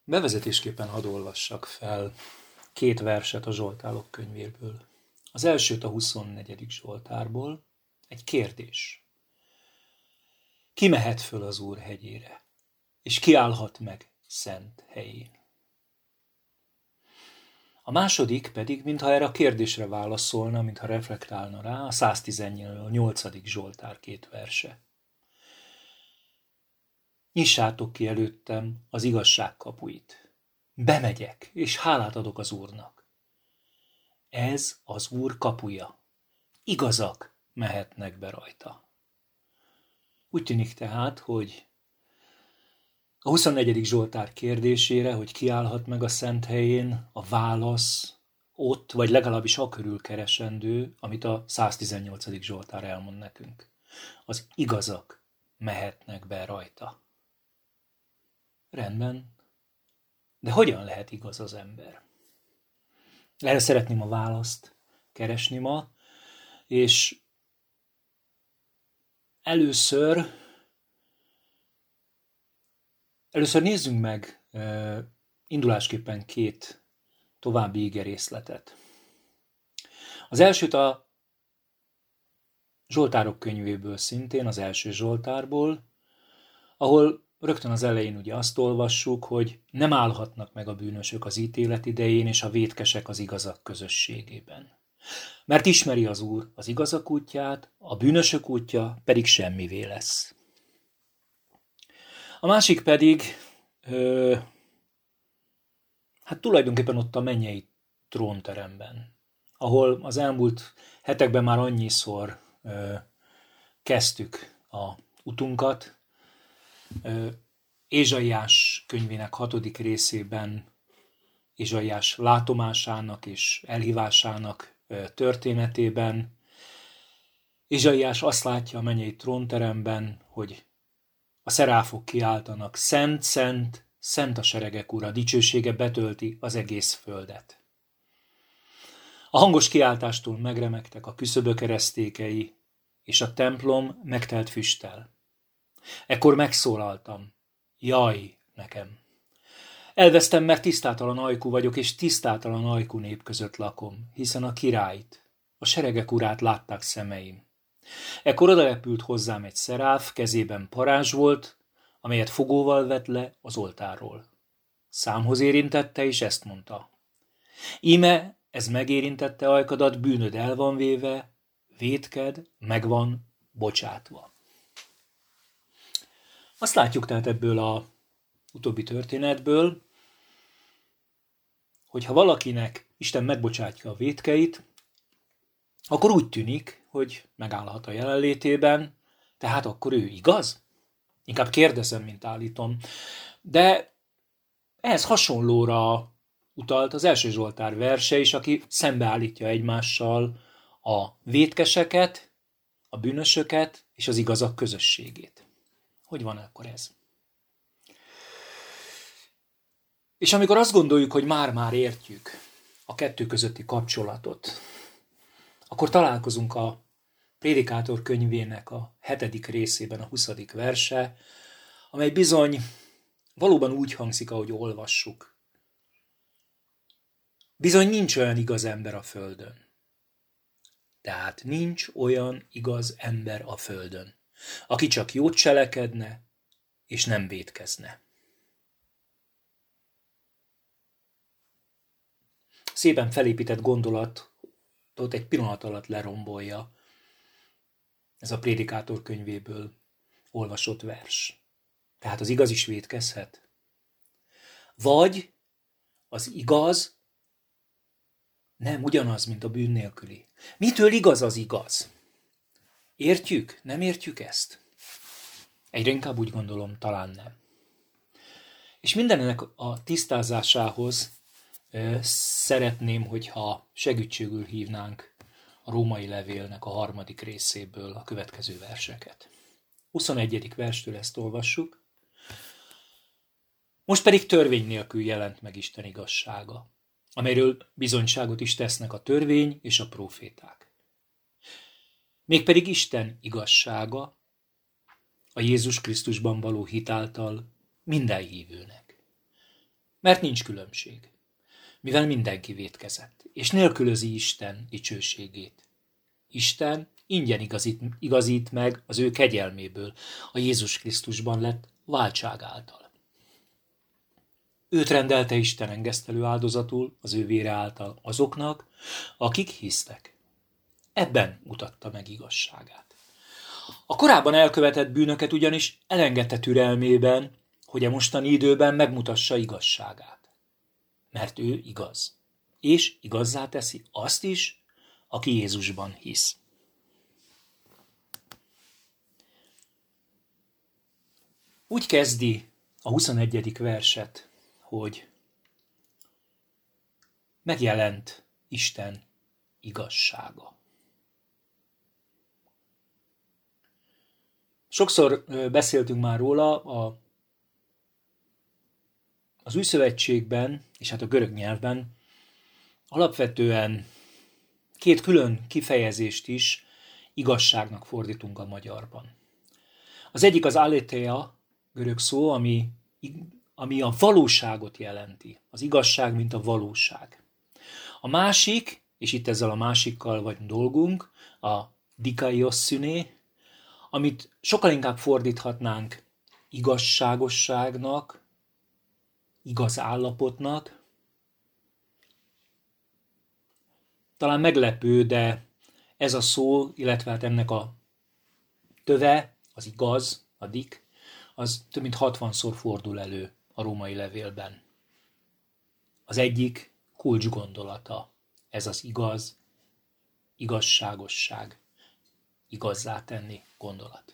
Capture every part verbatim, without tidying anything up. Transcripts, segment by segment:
Bevezetésképpen hadd olvassak fel két verset a Zsoltárok könyvéből. Az elsőt a huszonnegyedik Zsoltárból, egy kérdés. Ki mehet föl az Úr hegyére, és ki állhat meg szent helyén? A második pedig, mintha erre a kérdésre válaszolna, mintha reflektálna rá, a száztizennyolcadik Zsoltár két verse. Nyissátok ki előttem az igazság kapuit. Bemegyek, és hálát adok az Úrnak. Ez az Úr kapuja. Igazak mehetnek be rajta. Úgy tűnik tehát, hogy a huszonnegyedik Zsoltár kérdésére, hogy ki állhat meg a szent helyén, a válasz ott, vagy legalábbis a körül keresendő, amit a száztizennyolcadik Zsoltár elmond nekünk. Az igazak mehetnek be rajta. Rendben, de hogyan lehet igaz az ember? Erre szeretném a választ keresni ma, és először, először nézzünk meg uh, indulásképpen két további igerészletet. Az elsőt a Zsoltárok könyvéből szintén, az első Zsoltárból, ahol rögtön az elején ugye azt olvassuk, hogy nem állhatnak meg a bűnösök az ítélet idején, és a vétkesek az igazak közösségében. Mert ismeri az Úr az igazak útját, a bűnösök útja pedig semmivé lesz. A másik pedig, ö, hát tulajdonképpen ott a mennyei trónteremben, ahol az elmúlt hetekben már annyiszor ö, kezdtük a utunkat. Ézsaiás könyvének hatodik részében Ézsaiás látomásának és elhívásának történetében Ézsaiás azt látja a mennyei trónteremben, hogy a szeráfok kiáltanak: Szent, szent, szent a seregek Ura, dicsősége betölti az egész földet. A hangos kiáltástól megremegtek a küszöbök eresztékei, és a templom megtelt füsttel. Ekkor megszólaltam: jaj nekem! Elvesztem, mert tisztátalan ajkú vagyok, és tisztátalan ajkú nép között lakom, hiszen a királyt, a seregek urát látták szemeim. Ekkor odarepült hozzám egy szeráf, kezében parázs volt, amelyet fogóval vett le az oltárról. Számhoz érintette, és ezt mondta: íme ez megérintette ajkadat, bűnöd el van véve, vétked meg van bocsátva. Azt látjuk tehát ebből a utóbbi történetből, hogy ha valakinek Isten megbocsátja a vétkeit, akkor úgy tűnik, hogy megállhat a jelenlétében, tehát akkor ő igaz? Inkább kérdezem, mint állítom. De ehhez hasonlóra utalt az első Zsoltár verse is, aki szembeállítja egymással a vétkeseket, a bűnösöket és az igazak közösségét. Hogy van akkor ez? És amikor azt gondoljuk, hogy már-már értjük a kettő közötti kapcsolatot, akkor találkozunk a Prédikátor könyvének a hetedik részében a huszadik verse, amely bizony valóban úgy hangzik, ahogy olvassuk. Bizony nincs olyan igaz ember a földön. Tehát nincs olyan igaz ember a földön, aki csak jót cselekedne, és nem vétkezne. Szépen felépített gondolatot egy pillanat alatt lerombolja ez a Prédikátor könyvéből olvasott vers. Tehát az igaz is vétkezhet. Vagy az igaz nem ugyanaz, mint a bűn nélküli. Mitől igaz az igaz? Értjük? Nem értjük ezt? Egyre inkább úgy gondolom, talán nem. És mindennek a tisztázásához szeretném, hogyha segítségül hívnánk a római levélnek a harmadik részéből a következő verseket. huszonegyedik verstől ezt olvassuk. Most pedig törvény nélkül jelent meg Isten igazsága, amelyről bizonyságot is tesznek a törvény és a próféták. Mégpedig Isten igazsága a Jézus Krisztusban való hit által minden hívőnek. Mert nincs különbség. Mivel mindenki vétkezett, és nélkülözi Isten dicsőségét. Isten ingyen igazít, igazít meg az ő kegyelméből, a Jézus Krisztusban lett váltság által. Őt rendelte Isten engesztelő áldozatul az ő vére által azoknak, akik hisztek. Ebben mutatta meg igazságát. A korábban elkövetett bűnöket ugyanis elengedte türelmében, hogy a mostani időben megmutassa igazságát. Mert ő igaz. És igazzá teszi azt is, aki Jézusban hisz. Úgy kezdi a huszonegyedik verset, hogy megjelent Isten igazsága. Sokszor beszéltünk már róla a, az Új Szövetségben, és hát a görög nyelvben alapvetően két külön kifejezést is igazságnak fordítunk a magyarban. Az egyik az aletheia, görög szó, ami, ami a valóságot jelenti. Az igazság, mint a valóság. A másik, és itt ezzel a másikkal vagy dolgunk, a dikaioszüné, amit sokkal inkább fordíthatnánk igazságosságnak, igaz állapotnak. Talán meglepő, de ez a szó, illetve hát ennek a töve, az igaz, a dik, az több mint hatvanszor fordul elő a római levélben. Az egyik kulcs gondolata, ez az igaz, igazságosság, igazzá tenni gondolat.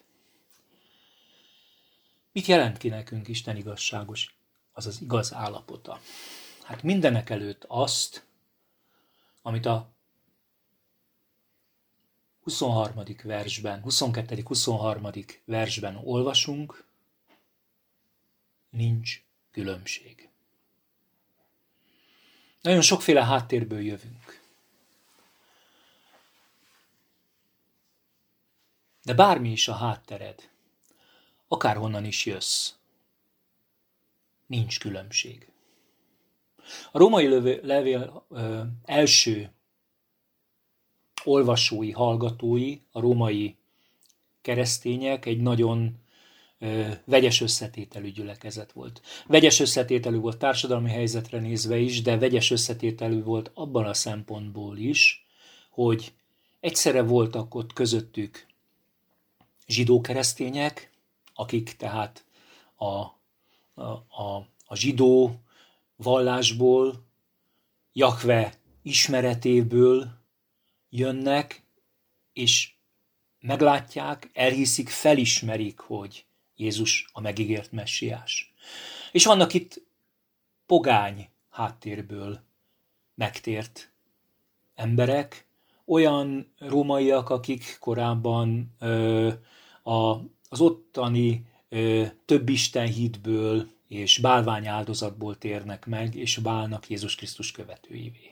Mit jelent ki nekünk Isten igazságos, azaz igaz állapota? Hát mindenek előtt azt, amit a huszonharmadik versben, huszonkettő huszonharmadik versben olvasunk, nincs különbség. Nagyon sokféle háttérből jövünk. De bármi is a háttered, akárhonnan is jössz, nincs különbség. A római levél ö, első olvasói, hallgatói, a római keresztények egy nagyon ö, vegyes összetételű gyülekezet volt. Vegyes összetételű volt társadalmi helyzetre nézve is, de vegyes összetételű volt abban a szempontból is, hogy egyszerre voltak ott közöttük zsidó-keresztények, akik tehát a, a, a, a zsidó vallásból, Jahve ismeretéből jönnek, és meglátják, elhiszik, felismerik, hogy Jézus a megígért messiás. És vannak itt pogány háttérből megtért emberek, olyan rómaiak, akik korábban ö, a, az ottani ö, több Isten hitből és bálványáldozatból térnek meg, és válnak Jézus Krisztus követőivé.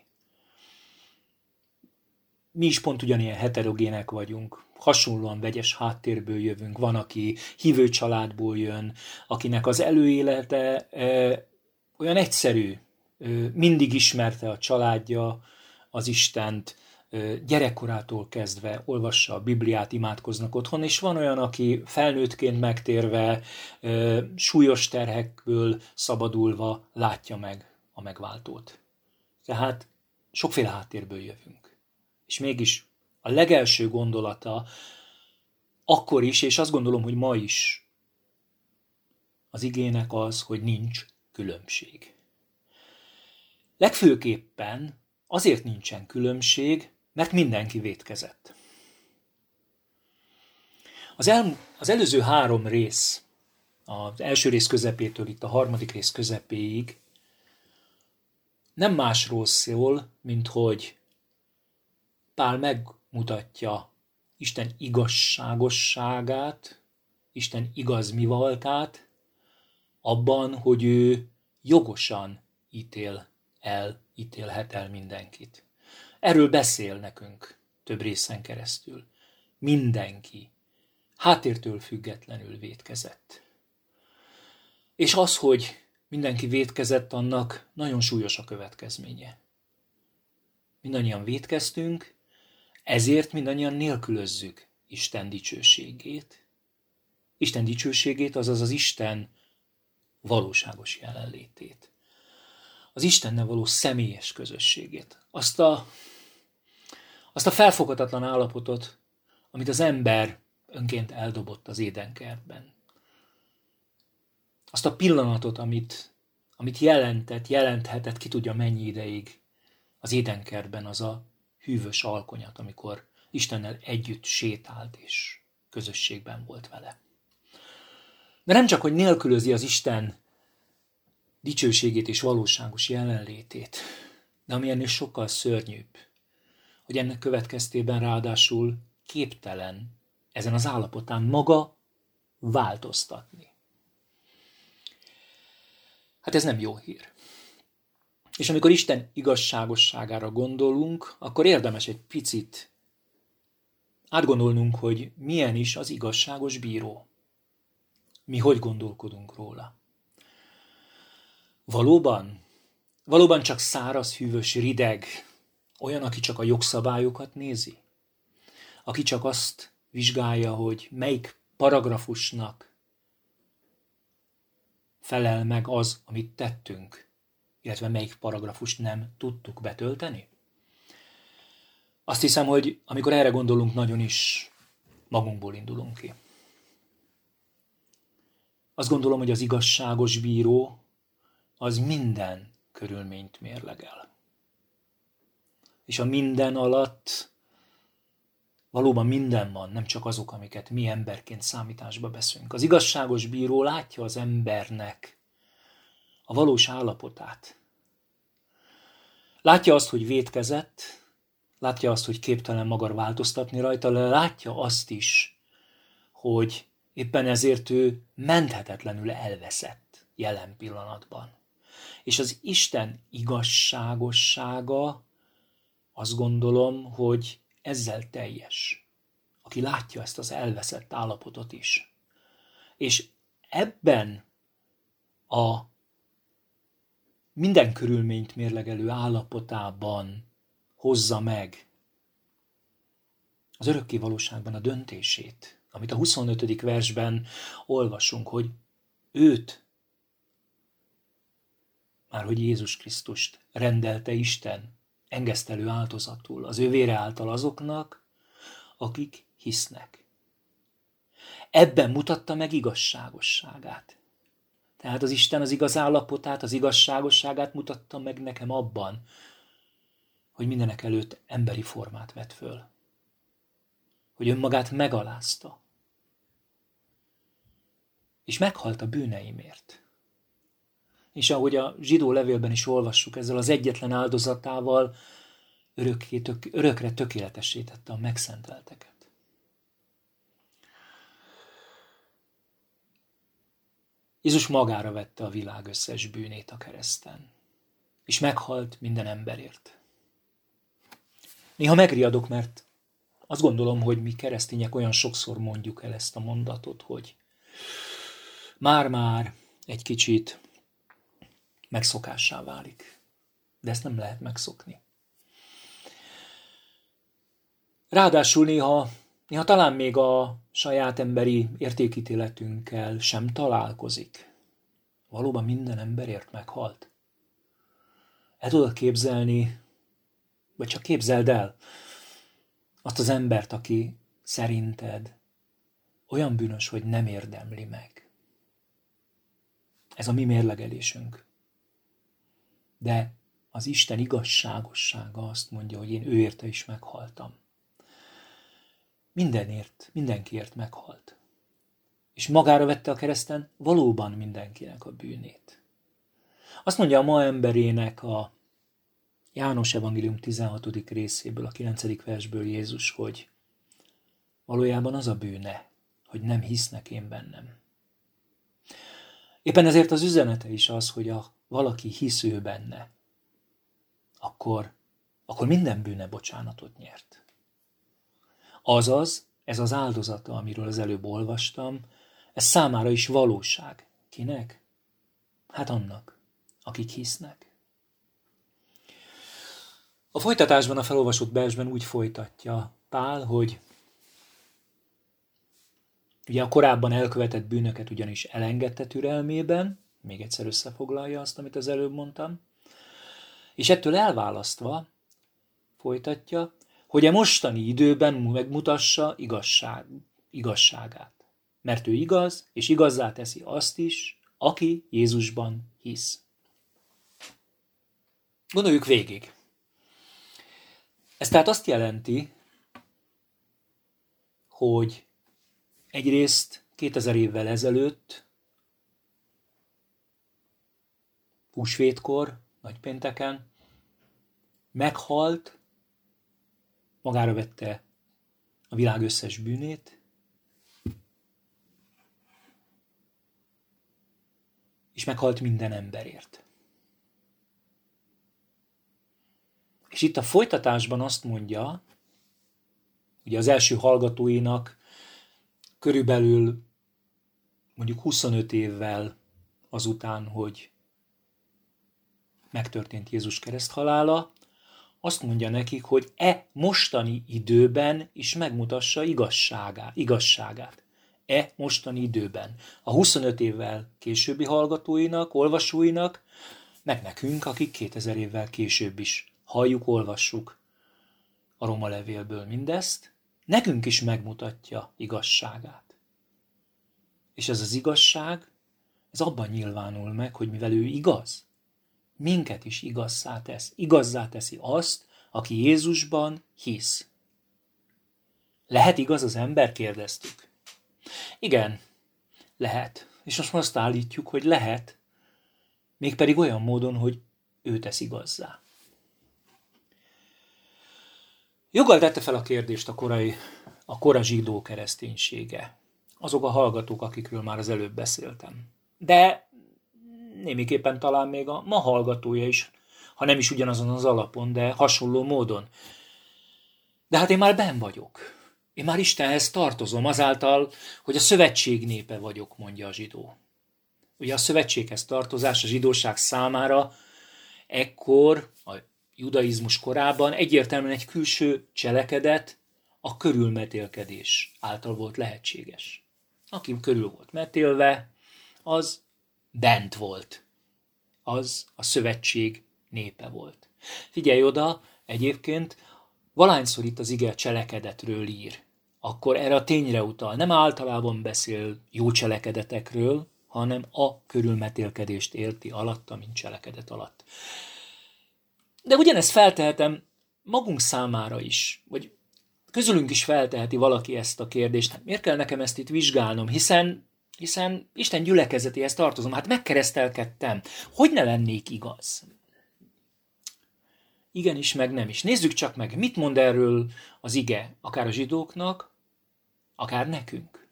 Mi is pont ugyanilyen heterogének vagyunk, hasonlóan vegyes háttérből jövünk. Van, aki hívő családból jön, akinek az előélete ö, olyan egyszerű, ö, mindig ismerte a családja az Istent, gyerekkorától kezdve olvassa a Bibliát, imádkoznak otthon, és van olyan, aki felnőttként megtérve, súlyos terhekből szabadulva látja meg a megváltót. Tehát sokféle háttérből jövünk. És mégis a legelső gondolata akkor is, és azt gondolom, hogy ma is az igének az, hogy nincs különbség. Legfőképpen azért nincsen különbség, mert mindenki vétkezett. Az, el, az előző három rész, az első rész közepétől itt a harmadik rész közepéig nem másról szól, mint hogy Pál megmutatja Isten igazságosságát, Isten igaz mi voltát, abban, hogy ő jogosan ítél el, ítélhet el mindenkit. Erről beszél nekünk több részen keresztül. Mindenki háttértől függetlenül vétkezett. És az, hogy mindenki vétkezett, annak nagyon súlyos a következménye. Mindannyian vétkeztünk, ezért mindannyian nélkülözzük Isten dicsőségét. Isten dicsőségét, azaz az Isten valóságos jelenlétét. Az Istennel való személyes közösségét. Azt a, azt a felfoghatatlan állapotot, amit az ember önként eldobott az édenkertben. Azt a pillanatot, amit, amit jelentett, jelenthetett, ki tudja mennyi ideig az édenkertben az a hűvös alkonyat, amikor Istennel együtt sétált és közösségben volt vele. De nem csak, hogy nélkülözi az Isten dicsőségét és valóságos jelenlétét, de ami ennél sokkal szörnyűbb, hogy ennek következtében ráadásul képtelen ezen az állapotán maga változtatni. Hát ez nem jó hír. És amikor Isten igazságosságára gondolunk, akkor érdemes egy picit átgondolnunk, hogy milyen is az igazságos bíró. Mi hogy gondolkodunk róla? Valóban? Valóban csak száraz, hűvös, rideg, olyan, aki csak a jogszabályokat nézi? Aki csak azt vizsgálja, hogy melyik paragrafusnak felel meg az, amit tettünk, illetve melyik paragrafust nem tudtuk betölteni? Azt hiszem, hogy amikor erre gondolunk, nagyon is magunkból indulunk ki. Azt gondolom, hogy az igazságos bíró az minden körülményt mérlegel. És a minden alatt valóban minden van, nem csak azok, amiket mi emberként számításba veszünk. Az igazságos bíró látja az embernek a valós állapotát. Látja azt, hogy vétkezett, látja azt, hogy képtelen maga változtatni rajta, de látja azt is, hogy éppen ezért ő menthetetlenül elveszett jelen pillanatban. És az Isten igazságossága, azt gondolom, hogy ezzel teljes, aki látja ezt az elveszett állapotot is. És ebben a minden körülményt mérlegelő állapotában hozza meg az örökké valóságban a döntését, amit a huszonötödik versben olvasunk, hogy őt, márhogy Jézus Krisztust rendelte Isten engesztelő áldozatul az ő vére által azoknak, akik hisznek. Ebben mutatta meg igazságosságát. Tehát az Isten az igaz állapotát, az igazságosságát mutatta meg nekem abban, hogy mindenek előtt emberi formát vett föl. Hogy önmagát megalázta. És meghalt a bűneimért. És ahogy a zsidó levélben is olvassuk, ezzel az egyetlen áldozatával örökké, tök, örökre tökéletessé tette a megszentelteket. Jézus magára vette a világ összes bűnét a kereszten, és meghalt minden emberért. Néha megriadok, mert azt gondolom, hogy mi keresztények olyan sokszor mondjuk el ezt a mondatot, hogy már-már egy kicsit megszokássá válik. De ezt nem lehet megszokni. Ráadásul néha, néha talán még a saját emberi értékítéletünkkel sem találkozik. Valóban minden emberért meghalt. El tudod képzelni, vagy csak képzeld el azt az embert, aki szerinted olyan bűnös, hogy nem érdemli meg. Ez a mi mérlegelésünk. De az Isten igazságossága azt mondja, hogy én ő érte is meghaltam. Mindenért, mindenkiért meghalt. És magára vette a kereszten valóban mindenkinek a bűnét. Azt mondja a ma emberének a János evangélium tizenhatodik részéből, a kilencedik versből Jézus, hogy valójában az a bűne, hogy nem hisznek én bennem. Éppen ezért az üzenete is az, hogy a valaki hisz ő benne, akkor, akkor minden bűne bocsánatot nyert. Azaz, ez az áldozata, amiről az előbb olvastam, ez számára is valóság. Kinek? Hát annak, akik hisznek. A folytatásban, a felolvasott versben úgy folytatja Pál, hogy ugye a korábban elkövetett bűnöket ugyanis elengedte türelmében, még egyszer összefoglalja azt, amit az előbb mondtam, és ettől elválasztva folytatja, hogy a mostani időben megmutassa igazság, igazságát. Mert ő igaz, és igazzá teszi azt is, aki Jézusban hisz. Gondoljuk végig. Ez tehát azt jelenti, hogy egyrészt kétezer évvel ezelőtt, húsvétkor, nagypénteken meghalt, magára vette a világ összes bűnét, és meghalt minden emberért. És itt a folytatásban azt mondja, ugye az első hallgatóinak körülbelül mondjuk huszonöt évvel azután, hogy megtörtént Jézus kereszthalála, azt mondja nekik, hogy e mostani időben is megmutassa igazságát. igazságát. E mostani időben. A huszonöt évvel későbbi hallgatóinak, olvasóinak, meg nekünk, akik kétezer évvel később is halljuk, olvassuk a Róma levélből mindezt, nekünk is megmutatja igazságát. És ez az igazság, ez abban nyilvánul meg, hogy mivel ő igaz, minket is igazzá tesz. Igazzá teszi azt, aki Jézusban hisz. Lehet igaz az ember? Kérdeztük. Igen, lehet. És most azt állítjuk, hogy lehet, mégpedig olyan módon, hogy ő tesz igazzá. Joggal tette fel a kérdést a korai, a kora zsidó kereszténysége. Azok a hallgatók, akikről már az előbb beszéltem. De némiképpen talán még a ma hallgatója is, ha nem is ugyanazon az alapon, de hasonló módon. De hát én már benn vagyok. Én már Istenhez tartozom azáltal, hogy a szövetség népe vagyok, mondja a zsidó. Ugye a szövetséghez tartozás a zsidóság számára ekkor, a judaizmus korában egyértelműen egy külső cselekedet, a körülmetélkedés által volt lehetséges. Aki körül volt metélve, az bent volt. Az a szövetség népe volt. Figyelj oda, egyébként, valahányszor itt az ige cselekedetről ír, akkor erre a tényre utal. Nem általában beszél jó cselekedetekről, hanem a körülmetélkedést érti alatta, mint cselekedet alatt. De ugyanezt feltehetem magunk számára is, vagy közülünk is felteheti valaki ezt a kérdést. Hát miért kell nekem ezt itt vizsgálnom, hiszen, hiszen Isten gyülekezetéhez tartozom, hát megkeresztelkedtem. Hogy ne lennék igaz? Igenis, meg nem is. Nézzük csak meg, mit mond erről az ige, akár a zsidóknak, akár nekünk.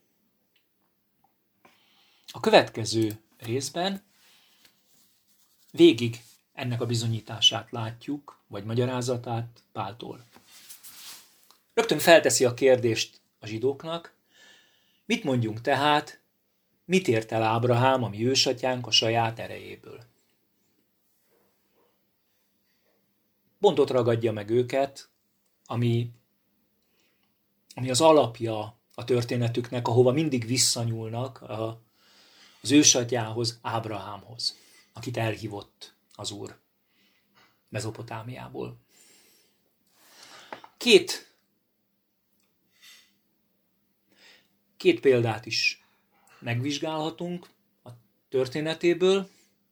A következő részben végig ennek a bizonyítását látjuk, vagy magyarázatát Páltól. Rögtön felteszi a kérdést a zsidóknak, mit mondjunk tehát, mit ért el Ábrahám, a mi ősatyánk a saját erejéből. Pontot ragadja meg őket, ami, ami az alapja a történetüknek, ahova mindig visszanyúlnak a, az ősatyához, Ábrahámhoz, akit elhívott az Úr Mezopotámiából. Két, két példát is megvizsgálhatunk a történetéből.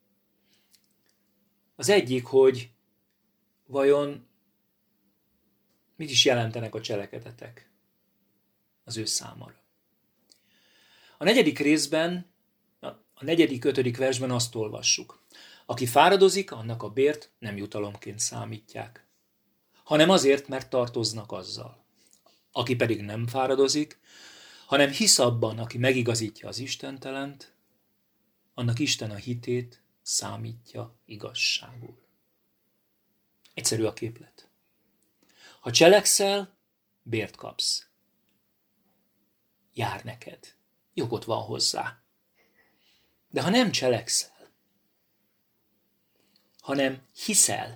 Az egyik, hogy vajon mit is jelentenek a cselekedetek az ő számára. A negyedik részben, a negyedik, ötödik versben azt olvassuk. Aki fáradozik, annak a bért nem jutalomként számítják, hanem azért, mert tartoznak azzal. Aki pedig nem fáradozik, hanem hisz abban, aki megigazítja az istentelent, annak Isten a hitét számítja igazságul. Egyszerű a képlet. Ha cselekszel, bért kapsz. Jár neked. Jogod van hozzá. De ha nem cselekszel, hanem hiszel,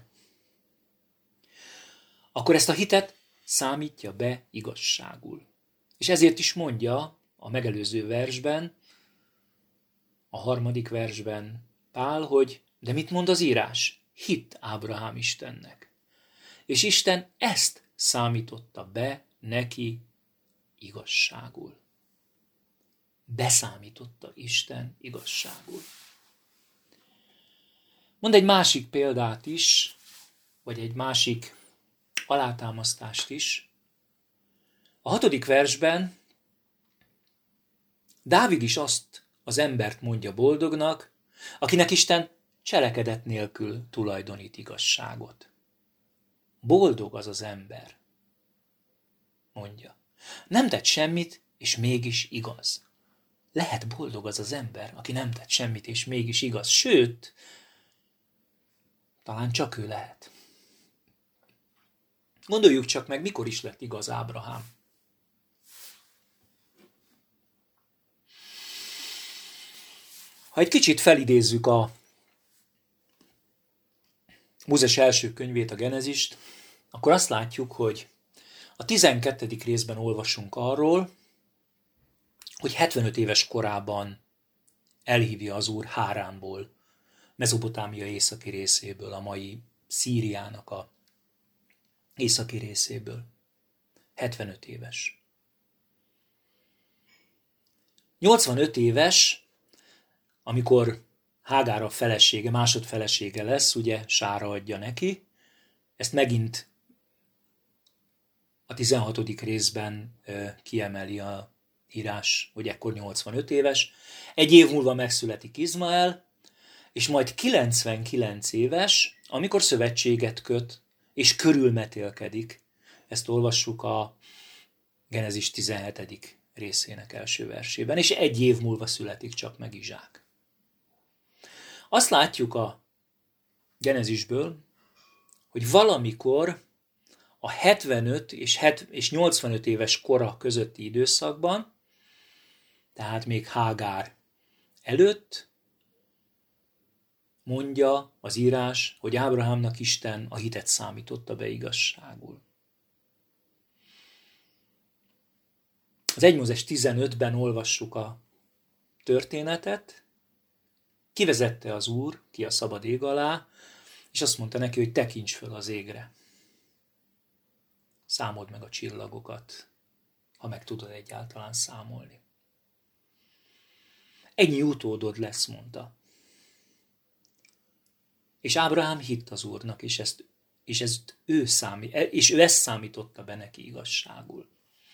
akkor ezt a hitet számítja be igazságul. És ezért is mondja a megelőző versben, a harmadik versben Pál, hogy de mit mond az írás? Hitt Ábrahám Istennek. És Isten ezt számította be neki igazságul. Beszámította Isten igazságul. Mond egy másik példát is, vagy egy másik alátámasztást is. A hatodik versben Dávid is azt az embert mondja boldognak, akinek Isten cselekedet nélkül tulajdonít igazságot. Boldog az az ember, mondja. Nem tett semmit, és mégis igaz. Lehet boldog az az ember, aki nem tett semmit, és mégis igaz. Sőt, talán csak ő lehet. Gondoljuk csak meg, mikor is lett igaz Ábrahám. Ha egy kicsit felidézzük a Mózes első könyvét, a Genezist, akkor azt látjuk, hogy a tizenkettedik részben olvasunk arról, hogy hetvenöt éves korában elhívja az Úr Háránból, Mezopotámia északi részéből, a mai Szíriának a északi részéből. hetvenöt éves. nyolcvanöt éves, amikor Hágár a felesége, másodfelesége lesz, ugye Sára adja neki, ezt megint a tizenhatodik részben kiemeli a írás, hogy ekkor nyolcvanöt éves. Egy év múlva megszületik Izmael, és majd kilencvenkilenc éves, amikor szövetséget köt, és körülmetélkedik. Ezt olvassuk a Genezis tizenhetedik részének első versében, és egy év múlva születik csak meg Izsák. Azt látjuk a Genezisből, hogy valamikor a hetvenöt és nyolcvanöt éves kora közötti időszakban, tehát még Hágár előtt, mondja az írás, hogy Ábrahámnak Isten a hitet számította be igazságul. Az egy Mózes tizenötben olvassuk a történetet, kivezette az Úr ki a szabad ég alá, és azt mondta neki, hogy tekints föl az égre. Számold meg a csillagokat, ha meg tudod egyáltalán számolni. Ennyi utódod lesz, mondta. És Ábrahám hitt az Úrnak, és ezt, és ezt ő számít, és ő ezt számította be neki igazságul.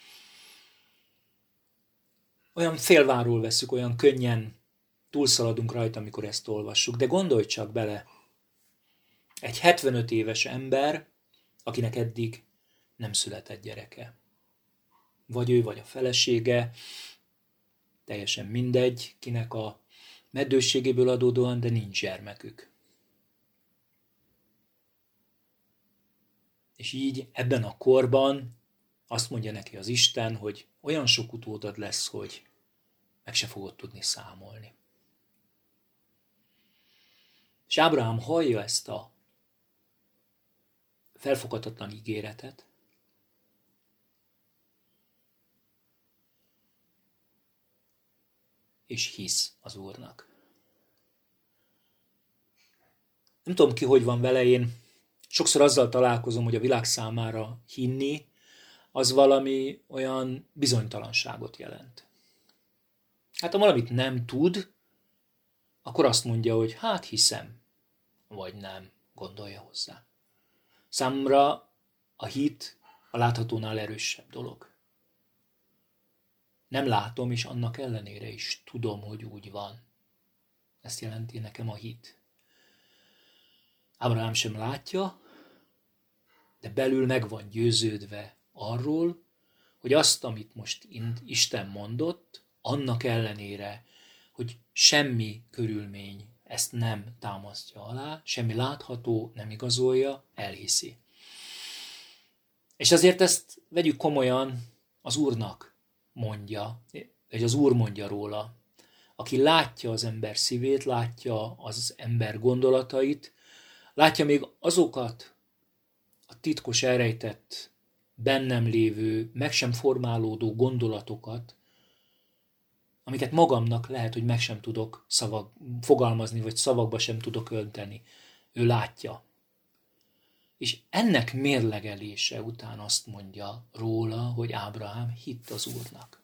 Olyan félváról veszük, olyan könnyen túlszaladunk rajta, amikor ezt olvassuk, de gondolj csak bele, egy hetvenöt éves ember, akinek eddig nem született gyereke. Vagy ő, vagy a felesége, teljesen mindegy, kinek a meddőségéből adódóan, de nincs gyermekük. És így ebben a korban azt mondja neki az Isten, hogy olyan sok utódad lesz, hogy meg se fogod tudni számolni. És Ábrahám hallja ezt a felfoghatatlan ígéretet, és hisz az Úrnak. Nem tudom ki, hogy van vele, én sokszor azzal találkozom, hogy a világ számára hinni, az valami olyan bizonytalanságot jelent. Hát ha valamit nem tud, akkor azt mondja, hogy hát hiszem, vagy nem, gondolja hozzá. Számomra a hit a láthatónál erősebb dolog. Nem látom, és annak ellenére is tudom, hogy úgy van. Ezt jelenti nekem a hit. Ábrahám sem látja, de belül meg van győződve arról, hogy azt, amit most Isten mondott, annak ellenére, hogy semmi körülmény ezt nem támasztja alá, semmi látható nem igazolja, elhiszi. És azért ezt vegyük komolyan, az Úrnak mondja, vagy az Úr mondja róla. Aki látja az ember szívét, látja az ember gondolatait, Látja még azokat a titkos, elrejtett, bennem lévő, meg sem formálódó gondolatokat, amiket magamnak lehet, hogy meg sem tudok szavak, fogalmazni, vagy szavakba sem tudok önteni. Ő látja. És ennek mérlegelése után azt mondja róla, hogy Ábrahám hitt az Úrnak.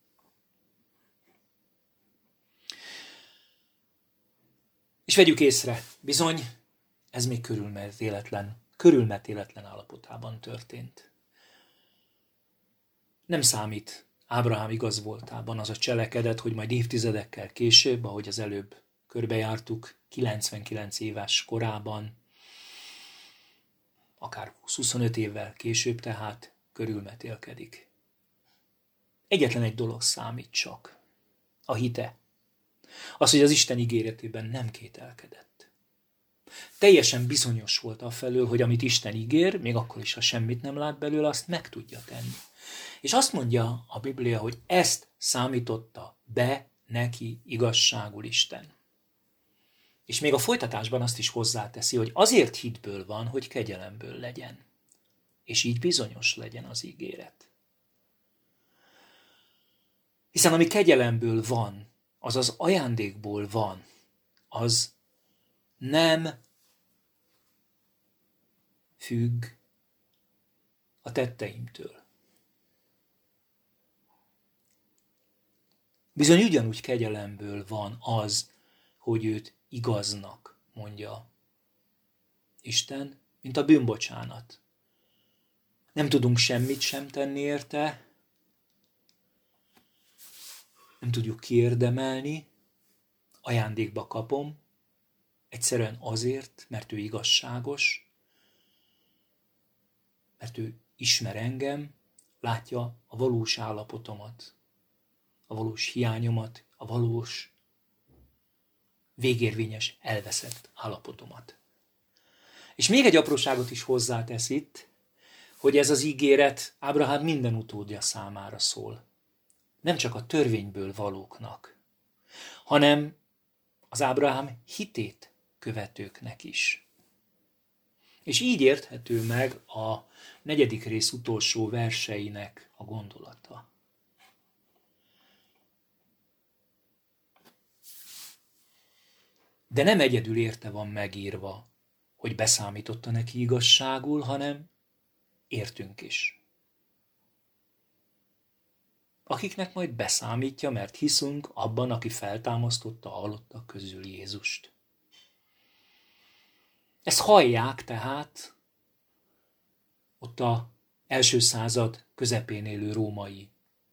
És vegyük észre, bizony, ez még körülmetéletlen, körülmetéletlen állapotában történt. Nem számít Ábrahám igaz voltában az a cselekedet, hogy majd évtizedekkel később, ahogy az előbb körbejártuk, kilencvenkilenc éves korában, akár húsz-huszonöt évvel később tehát körülmetélkedik. Egyetlen egy dolog számít csak, a hite. Az, hogy az Isten ígéretében nem kételkedett. Teljesen bizonyos volt afelől, hogy amit Isten ígér, még akkor is, ha semmit nem lát belőle, azt meg tudja tenni. És azt mondja a Biblia, hogy ezt számította be neki igazságul Isten. És még a folytatásban azt is hozzáteszi, hogy azért hitből van, hogy kegyelemből legyen. És így bizonyos legyen az ígéret. Hiszen ami kegyelemből van, az az ajándékból van, az nem függ a tetteimtől. Bizony ugyanúgy kegyelemből van az, hogy őt igaznak mondja Isten, mint a bűnbocsánat. Nem tudunk semmit sem tenni érte, nem tudjuk kiérdemelni, ajándékba kapom, egyszerűen azért, mert ő igazságos, mert ő ismer engem, látja a valós állapotomat, a valós hiányomat, a valós végérvényes, elveszett állapotomat. És még egy apróságot is hozzátesz itt, hogy ez az ígéret Ábrahám minden utódja számára szól. Nem csak a törvényből valóknak, hanem az Ábrahám hitét követőknek is. És így érthető meg a negyedik rész utolsó verseinek a gondolata. De nem egyedül érte van megírva, hogy beszámította neki igazságul, hanem értünk is. Akiknek majd beszámítja, mert hiszünk abban, aki feltámasztotta a halottak közül Jézust. Ezt hallják tehát ott az első század közepén élő római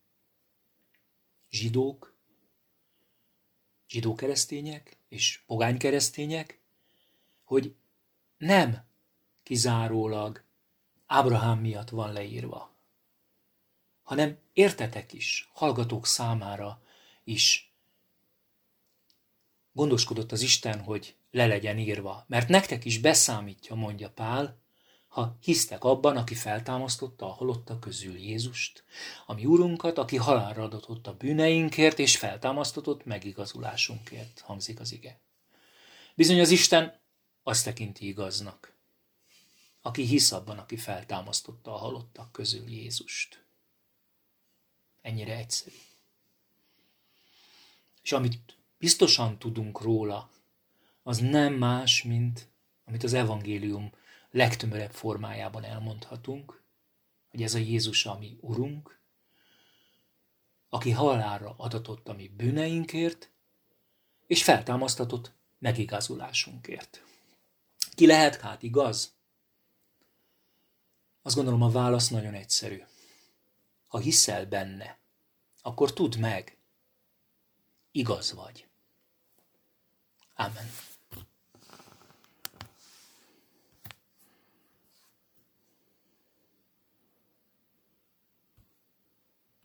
zsidók, zsidó-keresztények és pogány-keresztények, hogy nem kizárólag Ábrahám miatt van leírva, hanem értetek is, hallgatók számára is gondoskodott az Isten, hogy le legyen írva. Mert nektek is beszámítja, mondja Pál, ha hisztek abban, aki feltámasztotta a halottak közül Jézust, ami Urunkat, aki halálra adatott a bűneinkért, és feltámasztatott megigazulásunkért, hangzik az ige. Bizony az Isten azt tekinti igaznak, aki hisz abban, aki feltámasztotta a halottak közül Jézust. Ennyire egyszerű. És amit biztosan tudunk róla, az nem más, mint amit az evangélium legtömörebb formájában elmondhatunk, hogy ez a Jézus a mi Urunk, aki halálra adatott a mi bűneinkért, és feltámasztatott megigazulásunkért. Ki lehet hát igaz? Azt gondolom, a válasz nagyon egyszerű. Ha hiszel benne, akkor tudd meg, igaz vagy. Amen.